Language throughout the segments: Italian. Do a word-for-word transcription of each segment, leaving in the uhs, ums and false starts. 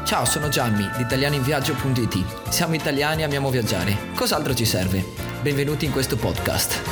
Ciao, sono Gianni di italianinviaggio punto it. Siamo italiani e amiamo viaggiare. Cos'altro ci serve? Benvenuti in questo podcast.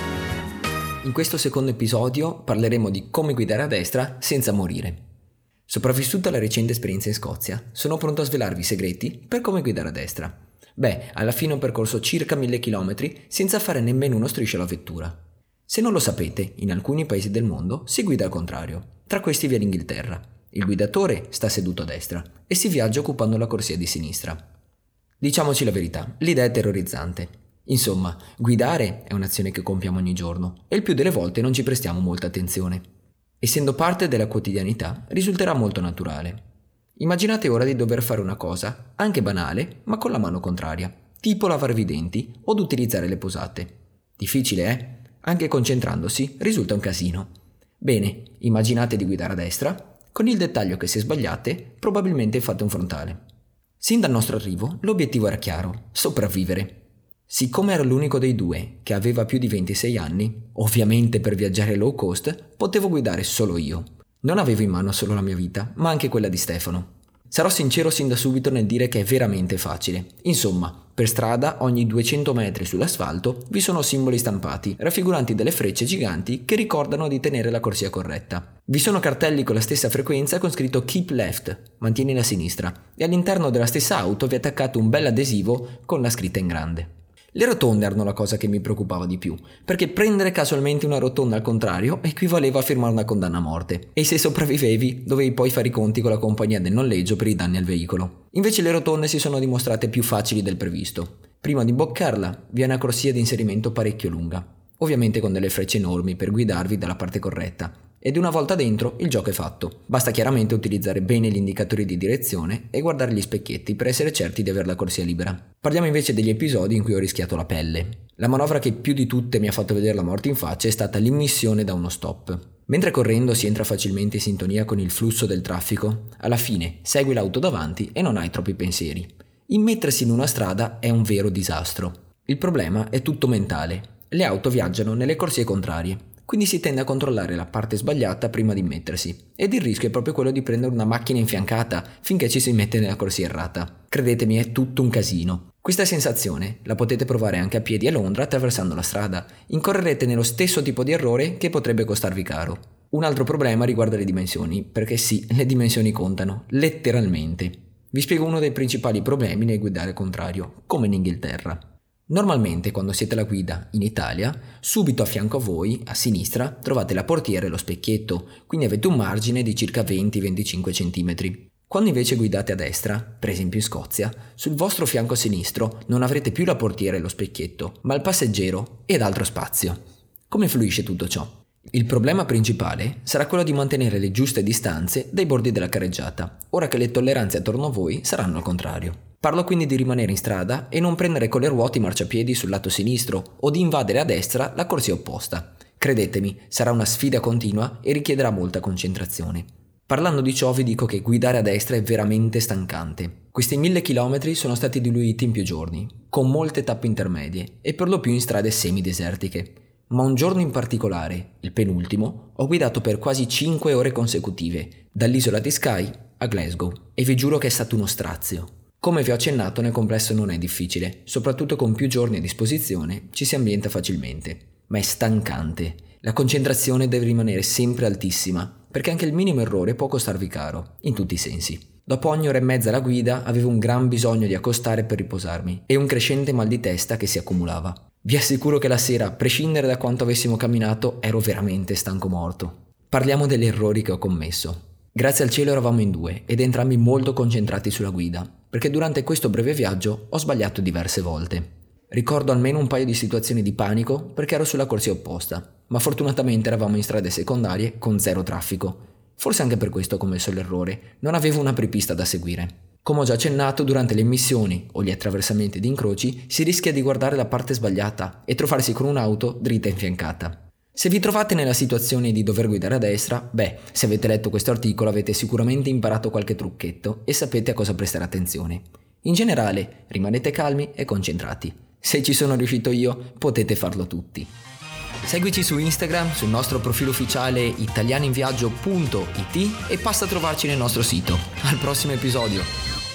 In questo secondo episodio parleremo di come guidare a destra senza morire. Sopravvissuta alla recente esperienza in Scozia, sono pronto a svelarvi i segreti per come guidare a destra. Beh, alla fine ho percorso circa mille chilometri senza fare nemmeno uno striscio alla vettura. Se non lo sapete, in alcuni paesi del mondo si guida al contrario. Tra questi vi è l'Inghilterra. Il guidatore sta seduto a destra e si viaggia occupando la corsia di sinistra. Diciamoci la verità, l'idea è terrorizzante. Insomma, guidare è un'azione che compiamo ogni giorno e il più delle volte non ci prestiamo molta attenzione. Essendo parte della quotidianità, risulterà molto naturale. Immaginate ora di dover fare una cosa, anche banale, ma con la mano contraria, tipo lavarvi i denti o utilizzare le posate. Difficile, eh? Anche concentrandosi risulta un casino. Bene, immaginate di guidare a destra, con il dettaglio che se sbagliate, probabilmente fate un frontale. Sin dal nostro arrivo, l'obiettivo era chiaro, sopravvivere. Siccome ero l'unico dei due che aveva più di ventisei anni, ovviamente per viaggiare low cost, potevo guidare solo io. Non avevo in mano solo la mia vita, ma anche quella di Stefano. Sarò sincero sin da subito nel dire che è veramente facile. Insomma, per strada, ogni duecento metri sull'asfalto, vi sono simboli stampati, raffiguranti delle frecce giganti che ricordano di tenere la corsia corretta. Vi sono cartelli con la stessa frequenza con scritto Keep Left, mantieni la sinistra, e all'interno della stessa auto vi è attaccato un bel adesivo con la scritta in grande. Le rotonde erano la cosa che mi preoccupava di più, perché prendere casualmente una rotonda al contrario equivaleva a firmare una condanna a morte, e se sopravvivevi dovevi poi fare i conti con la compagnia del noleggio per i danni al veicolo. Invece le rotonde si sono dimostrate più facili del previsto. Prima di imboccarla vi è una corsia di inserimento parecchio lunga, ovviamente con delle frecce enormi per guidarvi dalla parte corretta, ed una volta dentro il gioco è fatto. Basta chiaramente utilizzare bene gli indicatori di direzione e guardare gli specchietti per essere certi di avere la corsia libera. Parliamo invece degli episodi in cui ho rischiato la pelle. La manovra che più di tutte mi ha fatto vedere la morte in faccia è stata l'immissione da uno stop. Mentre correndo si entra facilmente in sintonia con il flusso del traffico, alla fine segui l'auto davanti e non hai troppi pensieri. Immettersi in una strada è un vero disastro. Il problema è tutto mentale. Le auto viaggiano nelle corsie contrarie. Quindi si tende a controllare la parte sbagliata prima di mettersi, ed il rischio è proprio quello di prendere una macchina infiancata finché ci si mette nella corsia errata. Credetemi, è tutto un casino. Questa sensazione la potete provare anche a piedi a Londra attraversando la strada. Incorrerete nello stesso tipo di errore che potrebbe costarvi caro. Un altro problema riguarda le dimensioni, perché sì, le dimensioni contano, letteralmente. Vi spiego uno dei principali problemi nel guidare contrario, come in Inghilterra. Normalmente quando siete alla guida in Italia, subito a fianco a voi, a sinistra, trovate la portiera e lo specchietto, quindi avete un margine di circa venti venticinque centimetri. Quando invece guidate a destra, per esempio in Scozia, sul vostro fianco sinistro non avrete più la portiera e lo specchietto, ma il passeggero ed altro spazio. Come fluisce tutto ciò? Il problema principale sarà quello di mantenere le giuste distanze dai bordi della carreggiata, ora che le tolleranze attorno a voi saranno al contrario. Parlo quindi di rimanere in strada e non prendere con le ruote i marciapiedi sul lato sinistro o di invadere a destra la corsia opposta. Credetemi, sarà una sfida continua e richiederà molta concentrazione. Parlando di ciò vi dico che guidare a destra è veramente stancante. Questi mille chilometri sono stati diluiti in più giorni, con molte tappe intermedie e per lo più in strade semidesertiche. Ma un giorno in particolare, il penultimo, ho guidato per quasi cinque ore consecutive, dall'isola di Skye a Glasgow, e vi giuro che è stato uno strazio. Come vi ho accennato, nel complesso non è difficile, soprattutto con più giorni a disposizione ci si ambienta facilmente, ma è stancante. La concentrazione deve rimanere sempre altissima, perché anche il minimo errore può costarvi caro, in tutti i sensi. Dopo ogni ora e mezza alla guida avevo un gran bisogno di accostare per riposarmi e un crescente mal di testa che si accumulava. Vi assicuro che la sera, a prescindere da quanto avessimo camminato, ero veramente stanco morto. Parliamo degli errori che ho commesso. Grazie al cielo eravamo in due ed entrambi molto concentrati sulla guida, perché durante questo breve viaggio ho sbagliato diverse volte. Ricordo almeno un paio di situazioni di panico perché ero sulla corsia opposta, ma fortunatamente eravamo in strade secondarie con zero traffico. Forse anche per questo ho commesso l'errore, non avevo una apripista da seguire. Come ho già accennato, durante le immissioni o gli attraversamenti di incroci si rischia di guardare la parte sbagliata e trovarsi con un'auto dritta infiancata. Se vi trovate nella situazione di dover guidare a destra, beh, se avete letto questo articolo avete sicuramente imparato qualche trucchetto e sapete a cosa prestare attenzione. In generale, rimanete calmi e concentrati. Se ci sono riuscito io, potete farlo tutti. Seguici su Instagram, sul nostro profilo ufficiale italianinviaggio punto it e passa a trovarci nel nostro sito. Al prossimo episodio!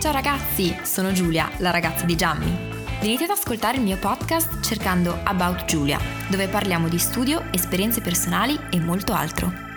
Ciao ragazzi, sono Giulia, la ragazza di Gianni. Venite ad ascoltare il mio podcast cercando About Giulia, dove parliamo di studio, esperienze personali e molto altro.